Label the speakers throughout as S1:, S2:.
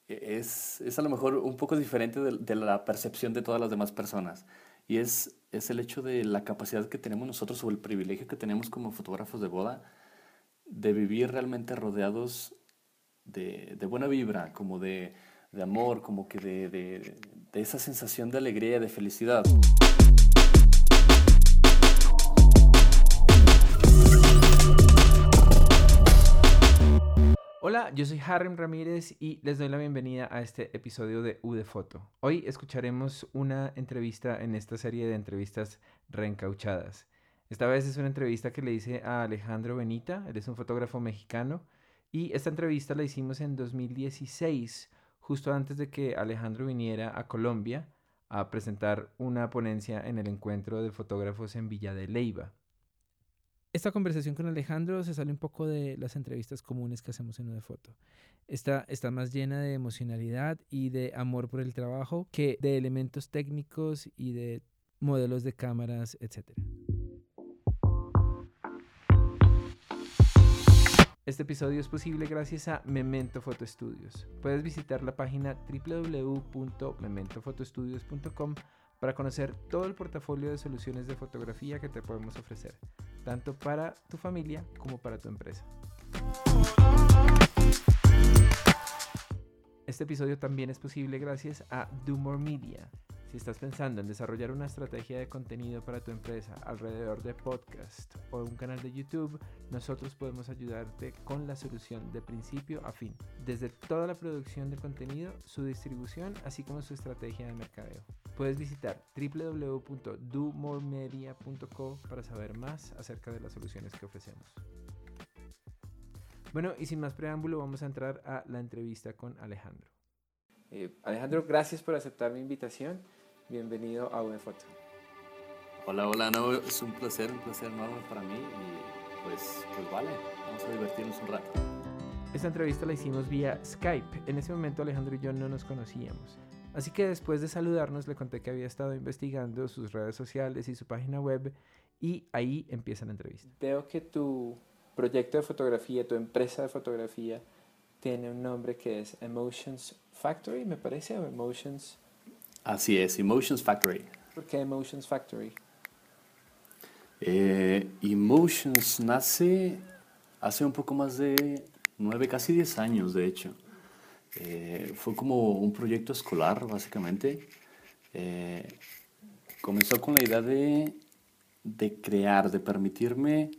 S1: es a lo mejor un poco diferente de la percepción de todas las demás personas. Y es el hecho de la capacidad que tenemos nosotros o el privilegio que tenemos como fotógrafos de boda de vivir realmente rodeados de buena vibra, como de amor, como que de esa sensación de alegría, de felicidad.
S2: Hola, yo soy Harry Ramírez y les doy la bienvenida a este episodio de U de Foto. Hoy escucharemos una entrevista en esta serie de entrevistas reencauchadas. Esta vez es una entrevista que le hice a Alejandro Benita, él es un fotógrafo mexicano, y esta entrevista la hicimos en 2016, justo antes de que Alejandro viniera a Colombia a presentar una ponencia en el encuentro de fotógrafos en Villa de Leyva. Esta conversación con Alejandro se sale un poco de las entrevistas comunes que hacemos en U de Foto. Esta está más llena de emocionalidad y de amor por el trabajo que de elementos técnicos y de modelos de cámaras, etc. Este episodio es posible gracias a Memento Photo Studios. Puedes visitar la página www.mementofotostudios.com para conocer todo el portafolio de soluciones de fotografía que te podemos ofrecer, tanto para tu familia como para tu empresa. Este episodio también es posible gracias a Do More Media. Si estás pensando en desarrollar una estrategia de contenido para tu empresa alrededor de podcast o un canal de YouTube, nosotros podemos ayudarte con la solución de principio a fin, desde toda la producción de contenido, su distribución, así como su estrategia de mercadeo. Puedes visitar www.domoremedia.co para saber más acerca de las soluciones que ofrecemos. Bueno, y sin más preámbulo, vamos a entrar a la entrevista con Alejandro. Alejandro, gracias por aceptar mi invitación. Bienvenido a U de Foto.
S1: Hola, no, es un placer enorme para mí y pues vale, vamos a divertirnos un rato.
S2: Esta entrevista la hicimos vía Skype. En ese momento Alejandro y yo no nos conocíamos. Así que después de saludarnos le conté que había estado investigando sus redes sociales y su página web y ahí empieza la entrevista. Veo que tu proyecto de fotografía, tu empresa de fotografía, tiene un nombre que es Emotions Factory, me parece, o Emotions...
S1: Así es, Emotions Factory.
S2: ¿Por qué Emotions Factory?
S1: Emotions nace hace un poco más de 9, casi 10 años, de hecho. Fue como un proyecto escolar, básicamente. Comenzó con la idea de crear, de permitirme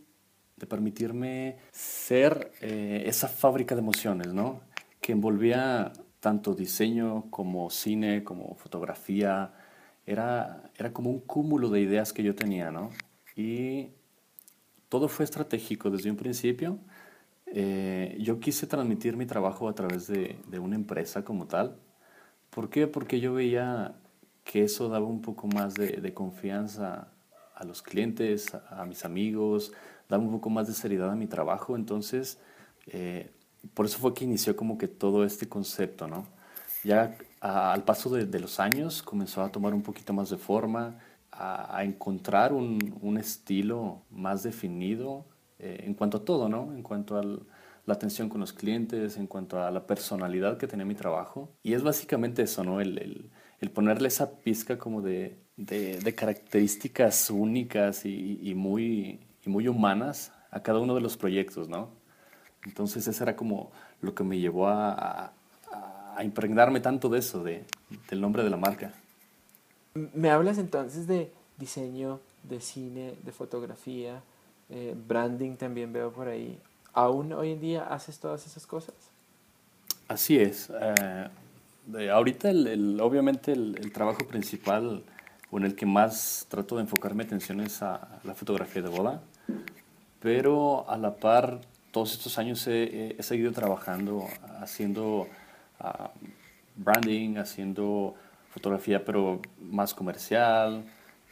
S1: ser esa fábrica de emociones, ¿no? Que envolvía tanto diseño como cine, como fotografía. Era como un cúmulo de ideas que yo tenía, ¿no? Y todo fue estratégico desde un principio. Yo quise transmitir mi trabajo a través de una empresa como tal. ¿Por qué? Porque yo veía que eso daba un poco más de confianza a los clientes, a mis amigos, daba un poco más de seriedad a mi trabajo. Entonces, por eso fue que inició como que todo este concepto, ¿no? Ya al paso de los años comenzó a tomar un poquito más de forma, a encontrar un estilo más definido en cuanto a todo, ¿no? En cuanto a la atención con los clientes, en cuanto a la personalidad que tenía mi trabajo. Y es básicamente eso, ¿no? El ponerle esa pizca como de características únicas y muy humanas a cada uno de los proyectos, ¿no? Entonces eso era como lo que me llevó a impregnarme tanto de eso, del nombre de la marca.
S2: Me hablas entonces de diseño, de cine, de fotografía, branding también veo por ahí. ¿Aún hoy en día haces todas esas cosas?
S1: Así es. Ahorita obviamente el trabajo principal o en el que más trato de enfocar mi atención es a la fotografía de boda, pero a la par todos estos años he seguido trabajando, haciendo branding, haciendo fotografía pero más comercial,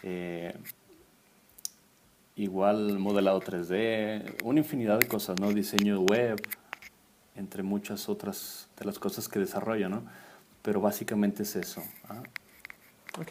S1: igual modelado 3D, una infinidad de cosas, ¿no? Diseño web, entre muchas otras de las cosas que desarrollo, ¿no? Pero básicamente es eso. ¿Ah?
S2: Ok.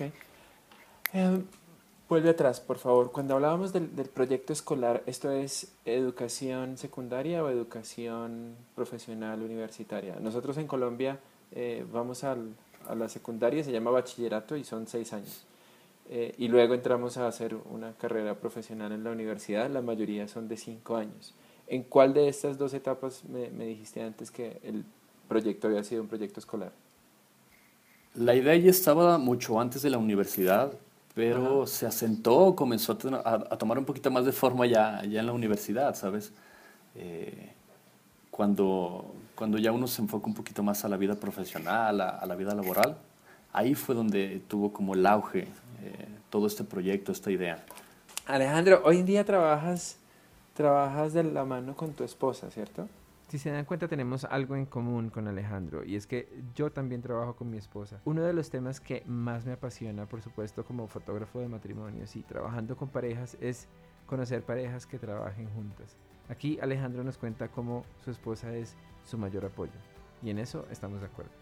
S2: Vuelve atrás, por favor. Cuando hablábamos del proyecto escolar, ¿esto es educación secundaria o educación profesional universitaria? Nosotros en Colombia vamos a la secundaria, se llama bachillerato y son 6 años. Y luego entramos a hacer una carrera profesional en la universidad, la mayoría son de 5 años. ¿En cuál de estas dos etapas me dijiste antes que el proyecto había sido un proyecto escolar?
S1: La idea ya estaba mucho antes de la universidad,
S2: Ajá.
S1: pero se asentó, comenzó a tomar un poquito más de forma ya en la universidad, ¿sabes? Eh, cuando ya uno se enfoca un poquito más a la vida profesional, a la vida laboral, ahí fue donde tuvo como el auge todo este proyecto, esta idea.
S2: Alejandro, hoy en día trabajas de la mano con tu esposa, ¿cierto? Si se dan cuenta, tenemos algo en común con Alejandro, y es que yo también trabajo con mi esposa. Uno de los temas que más me apasiona, por supuesto, como fotógrafo de matrimonios y trabajando con parejas, es conocer parejas que trabajen juntas. Aquí Alejandro nos cuenta cómo su esposa es su mayor apoyo, y en eso estamos de acuerdo.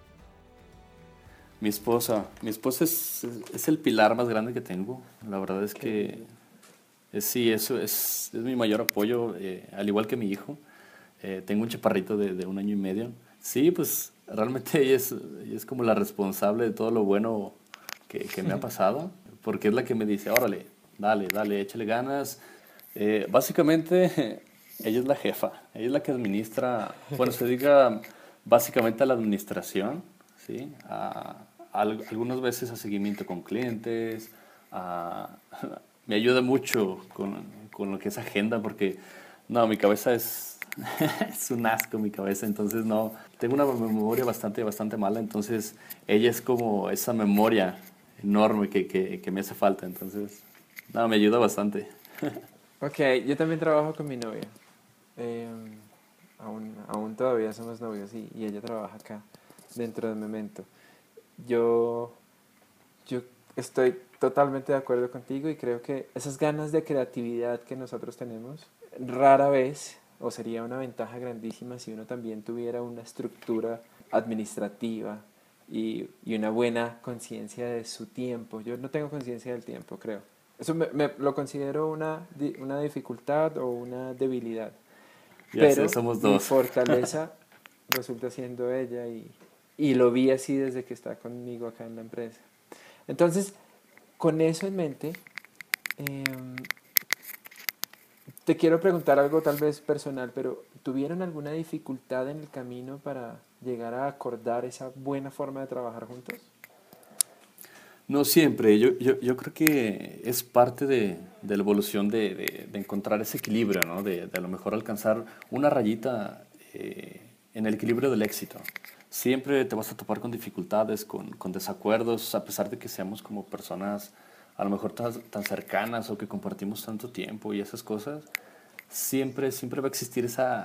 S1: Mi esposa es el pilar más grande que tengo. La verdad es
S2: Qué
S1: que
S2: lindo.
S1: sí, eso es mi mayor apoyo, al igual que mi hijo. Tengo un chaparrito de 1 año y medio. Sí, pues realmente ella es como la responsable de todo lo bueno que me ha pasado, porque es la que me dice, órale, dale, dale, échale ganas. Básicamente, ella es la jefa, ella es la que administra, bueno, se dedica básicamente a la administración, ¿sí? Algunas veces a seguimiento con clientes, a- me ayuda mucho con lo que es agenda, porque no, mi cabeza es un asco mi cabeza, entonces no, tengo una memoria bastante mala, entonces ella es como esa memoria enorme que me hace falta, entonces, no, me ayuda bastante.
S2: Ok, yo también trabajo con mi novia. Em, aún todavía somos novios y ella trabaja acá dentro de Memento. Yo, yo estoy totalmente de acuerdo contigo y creo que esas ganas de creatividad que nosotros tenemos, rara vez, o sería una ventaja grandísima si uno también tuviera una estructura administrativa y una buena conciencia de su tiempo. Yo no tengo conciencia del tiempo, creo. Eso lo considero una dificultad o una debilidad,
S1: Ya sé,
S2: pero
S1: somos
S2: mi
S1: dos.
S2: fortaleza resulta siendo ella y lo vi así desde que está conmigo acá en la empresa. Entonces, con eso en mente, em, te quiero preguntar algo tal vez personal, pero ¿tuvieron alguna dificultad en el camino para llegar a acordar esa buena forma de trabajar juntos?
S1: No siempre, yo creo que es parte de la evolución de encontrar ese equilibrio, ¿no? De a lo mejor alcanzar una rayita en el equilibrio del éxito. Siempre te vas a topar con dificultades, con desacuerdos, a pesar de que seamos como personas a lo mejor tan cercanas o que compartimos tanto tiempo y esas cosas, siempre va a existir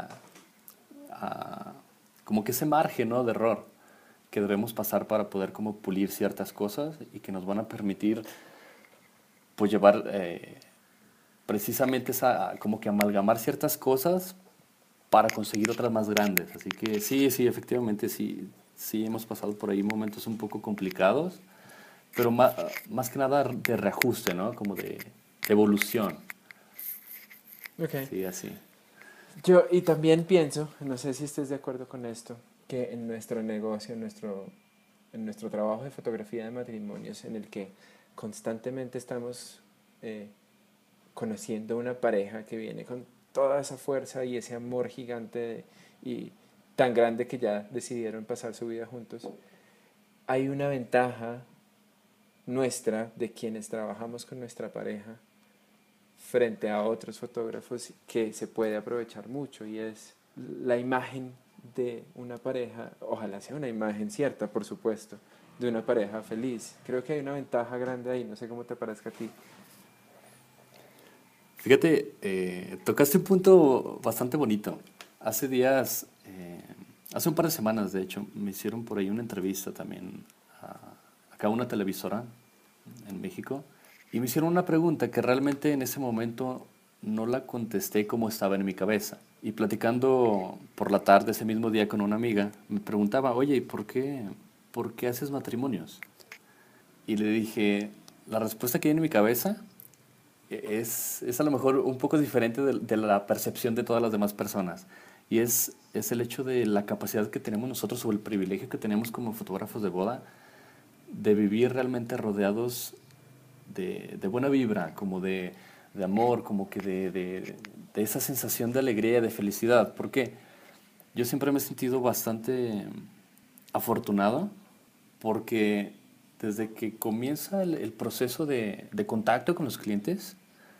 S1: ah, como que ese margen, ¿no? De error que debemos pasar para poder como pulir ciertas cosas y que nos van a permitir pues llevar precisamente esa, como que amalgamar ciertas cosas para conseguir otras más grandes. Así que sí, efectivamente sí hemos pasado por ahí momentos un poco complicados, pero más que nada de reajuste, ¿no? Como de evolución.
S2: Ok.
S1: Sí, así.
S2: Yo, y también pienso, no sé si estés de acuerdo con esto, que en nuestro negocio, en nuestro trabajo de fotografía de matrimonios, en el que constantemente estamos eh, conociendo una pareja que viene con toda esa fuerza y ese amor gigante y tan grande que ya decidieron pasar su vida juntos, hay una ventaja nuestra de quienes trabajamos con nuestra pareja frente a otros fotógrafos que se puede aprovechar mucho y es la imagen de una pareja, ojalá sea una imagen cierta, por supuesto, de una pareja feliz. Creo que hay una ventaja grande ahí, no sé cómo te parezca a ti.
S1: Fíjate, tocaste un punto bastante bonito. Hace días, hace un par de semanas, de hecho, me hicieron por ahí una entrevista también acá a una televisora en México y me hicieron una pregunta que realmente en ese momento no la contesté como estaba en mi cabeza. Y platicando por la tarde ese mismo día con una amiga, me preguntaba, oye, ¿y por qué haces matrimonios? Y le dije, la respuesta que viene en mi cabeza es a lo mejor un poco diferente de la percepción de todas las demás personas. y es el hecho de la capacidad que tenemos nosotros o el privilegio que tenemos como fotógrafos de boda de vivir realmente rodeados de buena vibra, como de amor, como que de esa sensación de alegría, de felicidad. Porque yo siempre me he sentido bastante afortunado porque desde que comienza el proceso de contacto con los clientes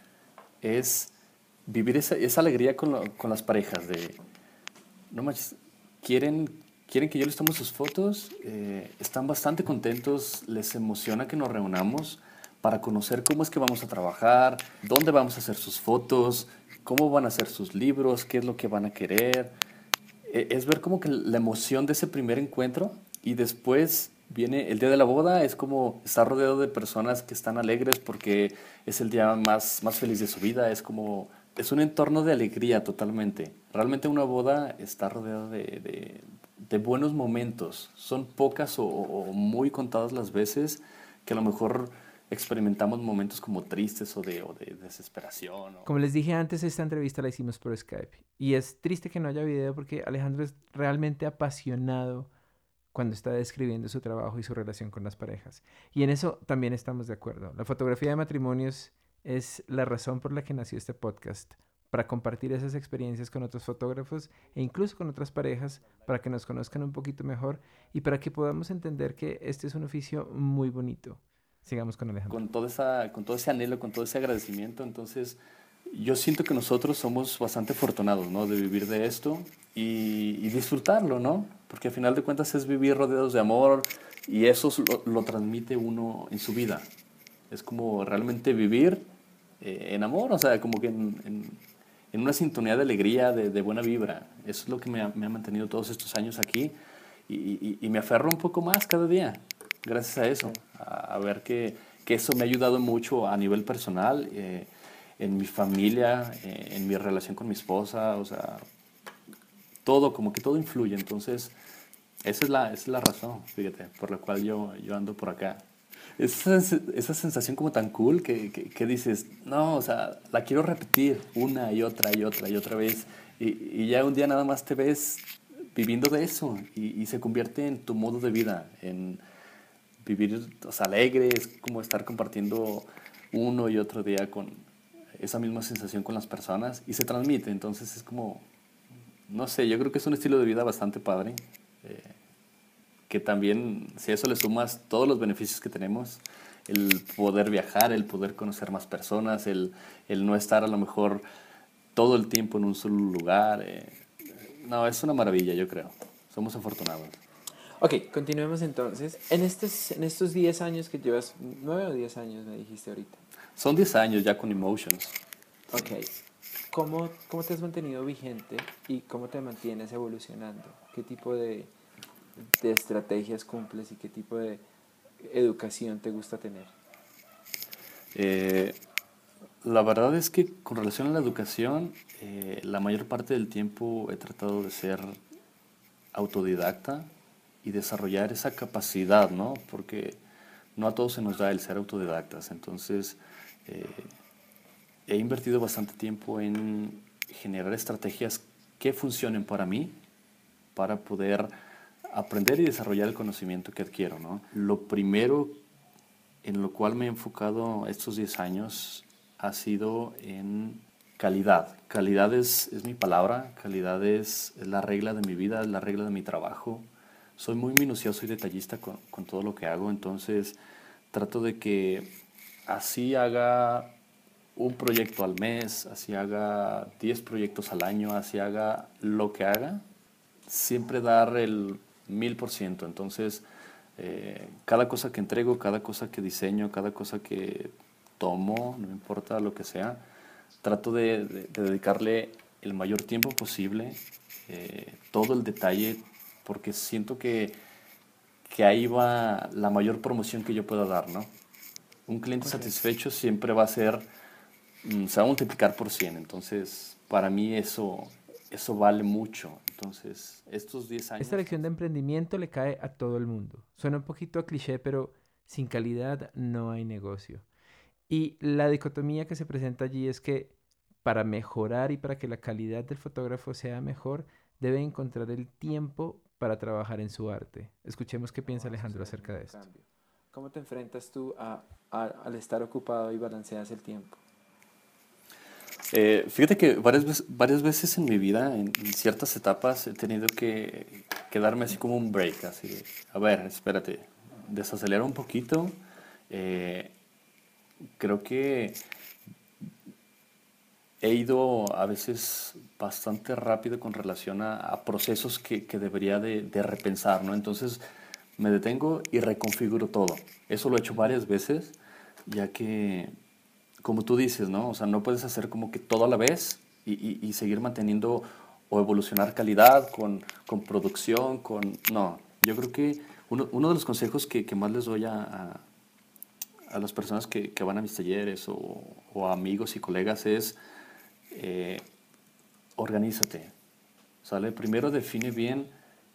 S1: es vivir esa alegría con las parejas de, no manches, quieren, quieren que yo les tome sus fotos, están bastante contentos, les emociona que nos reunamos para conocer cómo es que vamos a trabajar, dónde vamos a hacer sus fotos, cómo van a hacer sus libros, qué es lo que van a querer. Es ver como que la emoción de ese primer encuentro y después viene el día de la boda, es como estar rodeado de personas que están alegres porque es el día más feliz de su vida, es como, es un entorno de alegría totalmente. Realmente una boda está rodeada de buenos momentos. Son pocas o muy contadas las veces que a lo mejor experimentamos momentos como tristes o de desesperación.
S2: Como les dije antes, esta entrevista la hicimos por Skype. Y es triste que no haya video porque Alejandro es realmente apasionado cuando está describiendo su trabajo y su relación con las parejas. Y en eso también estamos de acuerdo. La fotografía de matrimonios es la razón por la que nació este podcast, para compartir esas experiencias con otros fotógrafos e incluso con otras parejas, para que nos conozcan un poquito mejor y para que podamos entender que este es un oficio muy bonito. Sigamos con Alejandro.
S1: Con todo ese anhelo, con todo ese agradecimiento. Entonces, yo siento que nosotros somos bastante afortunados, ¿no? De vivir de esto y disfrutarlo, ¿no? Porque al final de cuentas es vivir rodeados de amor y eso lo transmite uno en su vida. Es como realmente vivir en amor, o sea, como que en una sintonía de alegría, de buena vibra. Eso es lo que me ha mantenido todos estos años aquí y me aferro un poco más cada día, gracias a eso, a ver que eso me ha ayudado mucho a nivel personal, en mi familia, en mi relación con mi esposa, o sea, todo, como que todo influye. Entonces, esa es la razón, fíjate, por la cual yo ando por acá. Esa sensación como tan cool que dices, no, o sea, la quiero repetir una y otra y otra y otra vez. Y ya un día nada más te ves viviendo de eso y se convierte en tu modo de vida, en vivir, o sea, alegre, es como estar compartiendo uno y otro día con esa misma sensación con las personas y se transmite. Entonces es como, no sé, yo creo que es un estilo de vida bastante padre. eh, que también, si a eso le sumas todos los beneficios que tenemos, el poder viajar, el poder conocer más personas, el no estar a lo mejor todo el tiempo en un solo lugar. No, es una maravilla, yo creo. Somos afortunados.
S2: Ok, continuemos entonces. En estos 10 años que llevas, 9 o 10 años me dijiste ahorita.
S1: Son 10 años ya con Emotions.
S2: Ok, ¿cómo te has mantenido vigente y cómo te mantienes evolucionando? ¿Qué tipo de estrategias cumples y qué tipo de educación te gusta tener?
S1: Eh, la verdad es que con relación a la educación, la mayor parte del tiempo he tratado de ser autodidacta y desarrollar esa capacidad, ¿no? Porque no a todos se nos da el ser autodidactas. Entonces, eh, he invertido bastante tiempo en generar estrategias que funcionen para mí, para poder aprender y desarrollar el conocimiento que adquiero, ¿no? Lo primero en lo cual me he enfocado estos 10 años ha sido en calidad. Calidad es mi palabra, calidad es la regla de mi vida, es la regla de mi trabajo. Soy muy minucioso y detallista con todo lo que hago, entonces trato de que así haga un proyecto al mes, así haga 10 proyectos al año, así haga lo que haga, siempre dar el 1000%. Entonces, cada cosa que entrego, cada cosa que diseño, cada cosa que tomo, no importa lo que sea, trato de dedicarle el mayor tiempo posible, todo el detalle, porque siento que ahí va la mayor promoción que yo pueda dar, ¿no? Un cliente
S2: Ok.
S1: satisfecho siempre va a ser, se va a multiplicar por 100. Entonces, para mí eso vale mucho. Entonces, estos 10
S2: Esta
S1: años.
S2: lección de emprendimiento le cae a todo el mundo. Suena un poquito a cliché, pero sin calidad no hay negocio. Y la dicotomía que se presenta allí es que para mejorar y para que la calidad del fotógrafo sea mejor, debe encontrar el tiempo para trabajar en su arte. Escuchemos qué piensa Alejandro acerca de esto. ¿Cómo te enfrentas tú al estar ocupado y balanceas el tiempo?
S1: Fíjate que varias veces en mi vida, en ciertas etapas, he tenido que darme así como un break, así de, a ver, espérate, desacelera un poquito. Eh, Creo que he ido a veces bastante rápido con relación a procesos que debería de repensar, ¿no? Entonces me detengo y reconfiguro todo. Eso lo he hecho varias veces, ya que, como tú dices, ¿no? O sea, no puedes hacer como que todo a la vez y seguir manteniendo o evolucionar calidad con producción, con... No, yo creo que uno de los consejos que más les doy a las personas que van a mis talleres o a amigos y colegas es eh, organízate, ¿sale? Primero define bien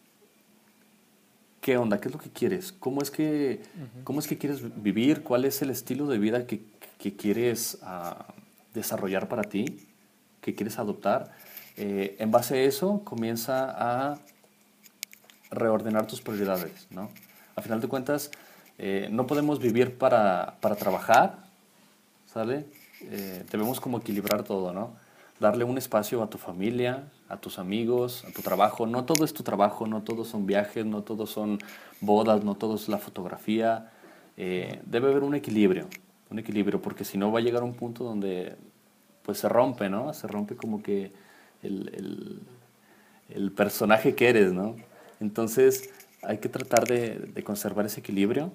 S1: qué onda, qué es lo que quieres, cómo es que quieres vivir, cuál es el estilo de vida que quieres desarrollar para ti, que quieres adoptar. En base a eso, comienza a reordenar tus prioridades, ¿no? A final de cuentas, no podemos vivir para trabajar, ¿sale? Debemos como equilibrar todo, ¿no? Darle un espacio a tu familia, a tus amigos, a tu trabajo. No todo es tu trabajo, no todos son viajes, no todos son bodas, no todo es la fotografía. Debe haber un equilibrio, porque si no va a llegar un punto donde pues se rompe, ¿no? Se rompe como que el, el, el personaje que eres, ¿no? Entonces hay que tratar de conservar ese equilibrio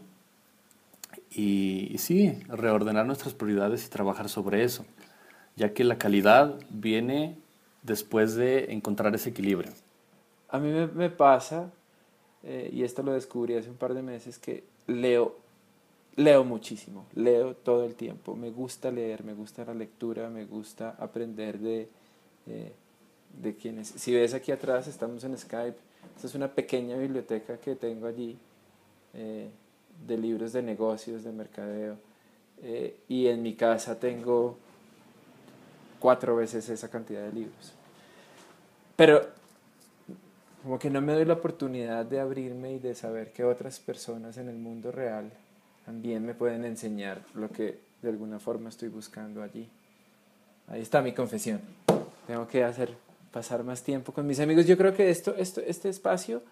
S1: y sí, reordenar nuestras prioridades y trabajar sobre eso, ya que la calidad viene después de encontrar ese equilibrio.
S2: A mí me pasa, y esto lo descubrí hace un par de meses, que leo muchísimo, leo todo el tiempo. Me gusta leer, me gusta la lectura, me gusta aprender eh, de quienes... Si ves aquí atrás, estamos en Skype. Esta es una pequeña biblioteca que tengo allí eh, de libros de negocios, de mercadeo. Y en mi casa tengo 4 veces esa cantidad de libros. Pero como que no me doy la oportunidad de abrirme y de saber que otras personas en el mundo real también me pueden enseñar lo que de alguna forma estoy buscando allí. Ahí está mi confesión. Tengo que pasar más tiempo con mis amigos. Yo creo que este espacio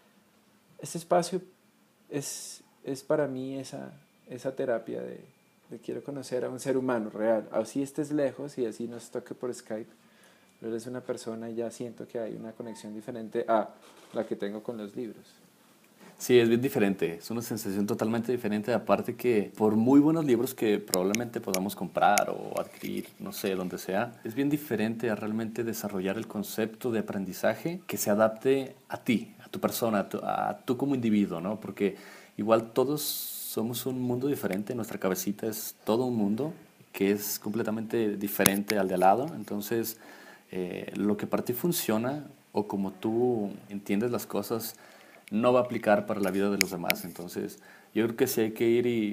S2: es para mí esa terapia de quiero conocer a un ser humano real. Así estés lejos y así nos toque por Skype. Pero eres una persona y ya siento que hay una conexión diferente a la que tengo con los libros.
S1: Sí, es bien diferente, es una sensación totalmente diferente, aparte que por muy buenos libros que probablemente podamos comprar o adquirir, no sé, donde sea, es bien diferente a realmente desarrollar el concepto de aprendizaje que se adapte a ti, a tu persona, a tú como individuo, ¿no? Porque igual todos somos un mundo diferente, nuestra cabecita es todo un mundo que es completamente diferente al de al lado, entonces lo que para ti funciona o como tú entiendes las cosas no va a aplicar para la vida de los demás. Entonces, yo creo que sí hay que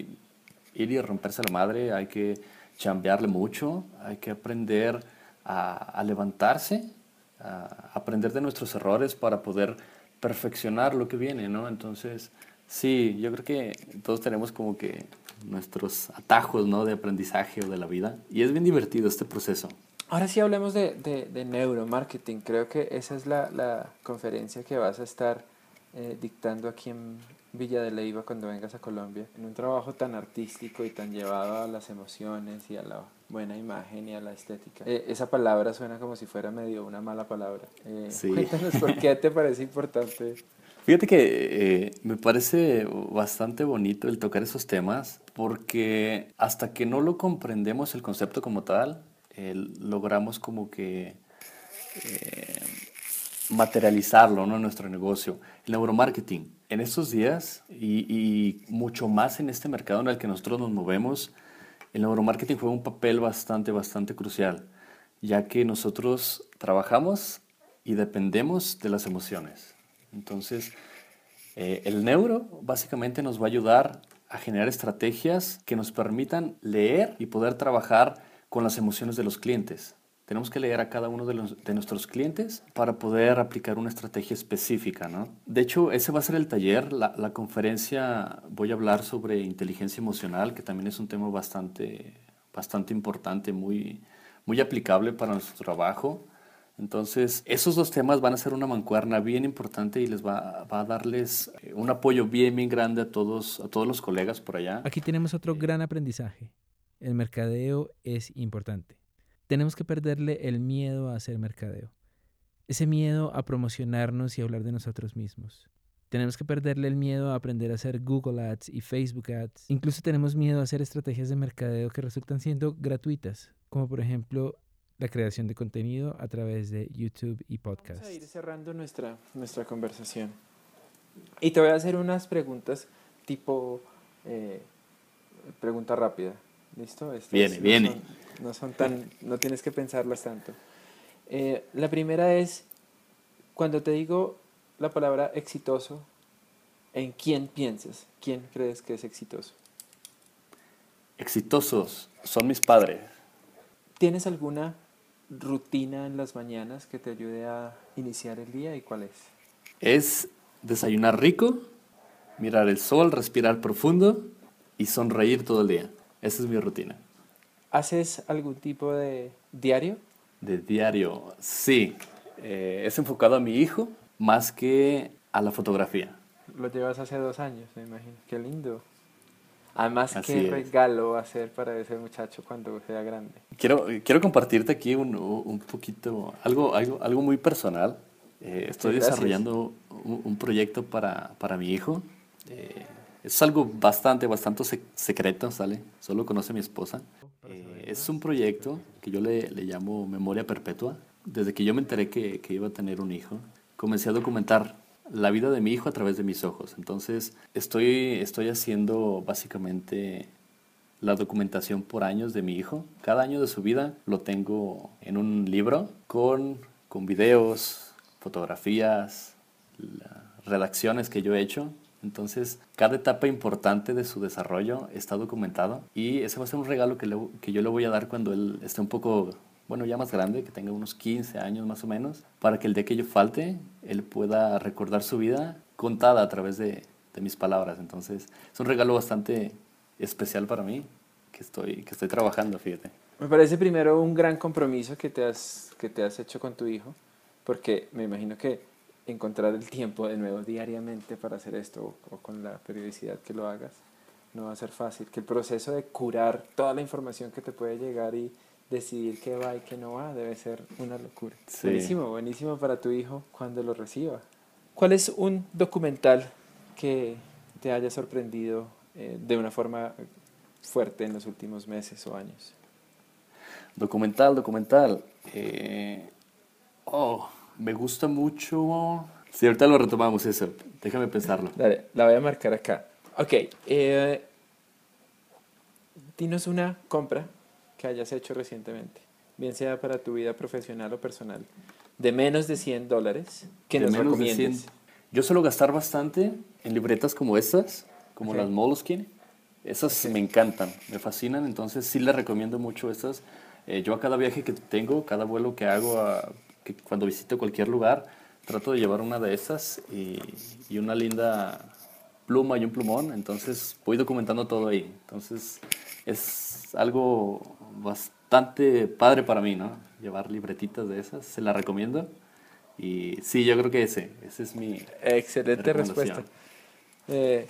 S1: ir y romperse la madre, hay que chambearle mucho, hay que aprender a levantarse, a aprender de nuestros errores para poder perfeccionar lo que viene, ¿no? Entonces, sí, yo creo que todos tenemos como que nuestros atajos, ¿no? De aprendizaje o de la vida. Y es bien divertido este proceso.
S2: Ahora sí hablemos de neuromarketing. Creo que esa es la conferencia que vas a estar dictando aquí en Villa de Leyva cuando vengas a Colombia. En un trabajo tan artístico y tan llevado a las emociones y a la buena imagen y a la estética. Esa palabra suena como si fuera medio una mala palabra.
S1: Sí.
S2: Cuéntanos por qué te parece importante.
S1: Fíjate que me parece bastante bonito el tocar esos temas porque hasta que no lo comprendemos el concepto como tal, logramos como que eh, materializarlo, ¿no? En nuestro negocio. El neuromarketing. En estos días y mucho más en este mercado en el que nosotros nos movemos, el neuromarketing juega un papel bastante crucial, ya que nosotros trabajamos y dependemos de las emociones. Entonces, el neuro básicamente nos va a ayudar a generar estrategias que nos permitan leer y poder trabajar con las emociones de los clientes. Tenemos que leer a cada uno de nuestros clientes para poder aplicar una estrategia específica, ¿no? De hecho, ese va a ser el taller. La conferencia voy a hablar sobre inteligencia emocional, que también es un tema bastante importante, muy aplicable para nuestro trabajo. Entonces, esos dos temas van a ser una mancuerna bien importante y les va a darles un apoyo bien grande a todos los colegas por allá.
S3: Aquí tenemos otro gran aprendizaje. El mercadeo es importante. Tenemos que perderle el miedo a hacer mercadeo. Ese miedo a promocionarnos y hablar de nosotros mismos. Tenemos que perderle el miedo a aprender a hacer Google Ads y Facebook Ads. Incluso tenemos miedo a hacer estrategias de mercadeo que resultan siendo gratuitas, como por ejemplo la creación de contenido a través de YouTube y podcasts.
S2: Vamos a ir cerrando nuestra conversación. Y te voy a hacer unas preguntas tipo pregunta rápida. ¿Listo?
S1: Viene.
S2: No tienes que pensarlas tanto. La primera es, cuando te digo la palabra exitoso, ¿en quién piensas? ¿Quién crees que es exitoso?
S1: Exitosos son mis padres.
S2: ¿Tienes alguna rutina en las mañanas que te ayude a iniciar el día y cuál es?
S1: Es desayunar rico, mirar el sol, respirar profundo y sonreír todo el día. Esa es mi rutina.
S2: ¿Haces algún tipo de diario?
S1: De diario, sí. Es enfocado a mi hijo más que a la fotografía.
S2: Lo llevas hace 2 años, me imagino. Qué lindo. Además,
S1: Así
S2: qué
S1: es.
S2: regalo va a ser para ese muchacho cuando sea grande.
S1: Quiero compartirte aquí un poquito, algo muy personal. Estoy
S2: Gracias.
S1: desarrollando un proyecto para mi hijo. Es algo bastante secreto, ¿sale? Solo conoce mi esposa. Es un proyecto que yo le llamo Memoria Perpetua. Desde que yo me enteré que iba a tener un hijo, comencé a documentar la vida de mi hijo a través de mis ojos. Entonces, estoy haciendo básicamente la documentación por años de mi hijo. Cada año de su vida lo tengo en un libro con videos, fotografías, redacciones que yo he hecho. Entonces, cada etapa importante de su desarrollo está documentado y ese va a ser un regalo que yo le voy a dar cuando él esté un poco, bueno, ya más grande, que tenga unos 15 años más o menos, para que el día que yo falte, él pueda recordar su vida contada a través de mis palabras. Entonces, es un regalo bastante especial para mí que estoy trabajando, fíjate.
S2: Me parece primero un gran compromiso que te has hecho con tu hijo, porque me imagino que encontrar el tiempo de nuevo diariamente para hacer esto o con la periodicidad que lo hagas no va a ser fácil, que el proceso de curar toda la información que te puede llegar y decidir qué va y qué no va debe ser una locura.
S1: Sí.
S2: Buenísimo para tu hijo cuando lo reciba. ¿Cuál es un documental que te haya sorprendido de una forma fuerte en los últimos meses o años?
S1: Documental. Me gusta mucho. Sí, ahorita lo retomamos eso. Déjame pensarlo.
S2: Dale, la voy a marcar acá. Ok. Dinos una compra que hayas hecho recientemente, bien sea para tu vida profesional o personal, de menos de $100 que
S1: De
S2: nos
S1: menos de
S2: recomiendes.
S1: 100. Yo suelo gastar bastante en libretas como estas, como
S2: Ok.
S1: las Moleskine. Esas
S2: Ok.
S1: me encantan, me fascinan, entonces sí les recomiendo mucho estas. Yo a cada viaje que tengo, cada vuelo que hago, cuando visito cualquier lugar, trato de llevar una de esas y una linda pluma y un plumón, entonces voy documentando todo ahí. Entonces es algo bastante padre para mí, ¿no? Llevar libretitas de esas, se las recomiendo. Y sí, yo creo que ese es mi
S2: Excelente
S1: recomendación.
S2: respuesta.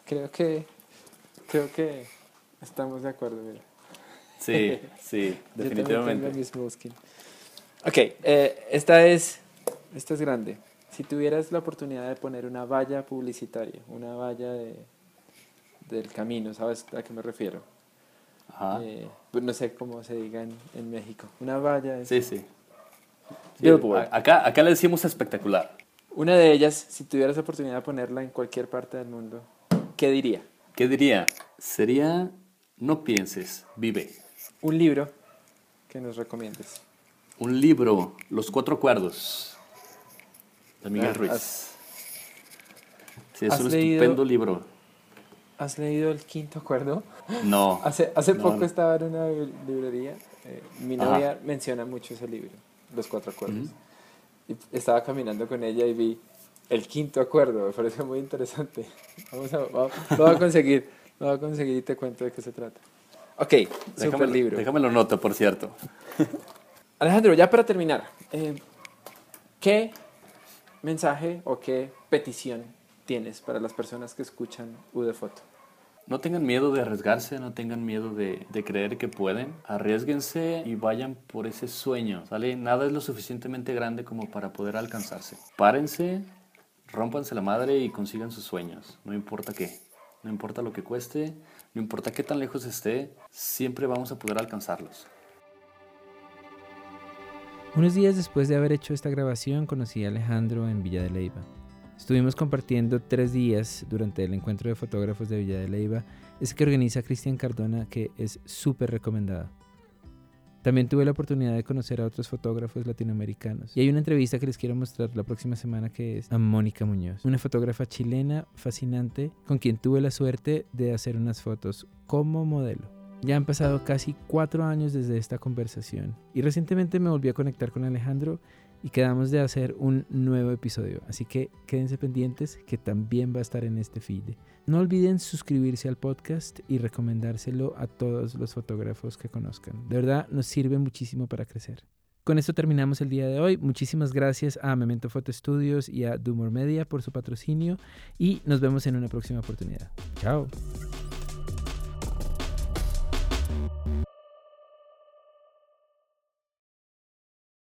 S2: Creo que estamos de acuerdo. Mira.
S1: Sí,
S2: Yo también
S1: definitivamente.
S2: tengo mis Moleskine. Ok, esta es grande. Si tuvieras la oportunidad de poner una valla publicitaria, una valla del camino, ¿sabes a qué me refiero?
S1: Ajá.
S2: Pues no sé cómo se diga en México. Una valla es...
S1: Sí.
S2: Billboard.
S1: Acá le decimos espectacular.
S2: Una de ellas, si tuvieras la oportunidad de ponerla en cualquier parte del mundo, ¿qué diría?
S1: ¿Qué diría? Sería, no pienses, vive.
S2: Un libro que nos recomiendes.
S1: Un libro, Los Cuatro Acuerdos, de Miguel
S2: Ah,
S1: Ruiz. Sí, es
S2: ¿has
S1: un
S2: leído-
S1: estupendo libro.
S2: ¿Has leído El Quinto Acuerdo?
S1: No.
S2: Hace
S1: No,
S2: poco
S1: no.
S2: estaba en una librería. Mi
S1: Ajá.
S2: novia menciona mucho ese libro, Los Cuatro Acuerdos.
S1: Ujú.
S2: Y estaba caminando con ella y vi El Quinto Acuerdo. Me pareció muy interesante. Lo voy a conseguir. Lo voy a conseguir y te cuento de qué se trata. Ok, super libro.
S1: Déjamelo nota, por cierto.
S2: Alejandro, ya para terminar, ¿qué mensaje o qué petición tienes para las personas que escuchan UDeFoto?
S1: No tengan miedo de arriesgarse, no tengan miedo de creer que pueden. Arriésguense y vayan por ese sueño, ¿sale? Nada es lo suficientemente grande como para poder alcanzarse. Párense, rómpanse la madre y consigan sus sueños, no importa qué. No importa lo que cueste, no importa qué tan lejos esté, siempre vamos a poder alcanzarlos.
S3: Unos días después de haber hecho esta grabación, conocí a Alejandro en Villa de Leyva. Estuvimos compartiendo 3 días durante el encuentro de fotógrafos de Villa de Leyva, ese que organiza Cristian Cardona, que es súper recomendado. También tuve la oportunidad de conocer a otros fotógrafos latinoamericanos. Y hay una entrevista que les quiero mostrar la próxima semana, que es a Mónica Muñoz, una fotógrafa chilena fascinante con quien tuve la suerte de hacer unas fotos como modelo. Ya han pasado casi 4 años desde esta conversación y recientemente me volví a conectar con Alejandro y quedamos de hacer un nuevo episodio, así que quédense pendientes que también va a estar en este feed. No olviden suscribirse al podcast y recomendárselo a todos los fotógrafos que conozcan. De verdad nos sirve muchísimo para crecer. Con esto terminamos el día de hoy. Muchísimas gracias a Memento Photo Studios y a Dumor Media por su patrocinio y nos vemos en una próxima oportunidad. Chao.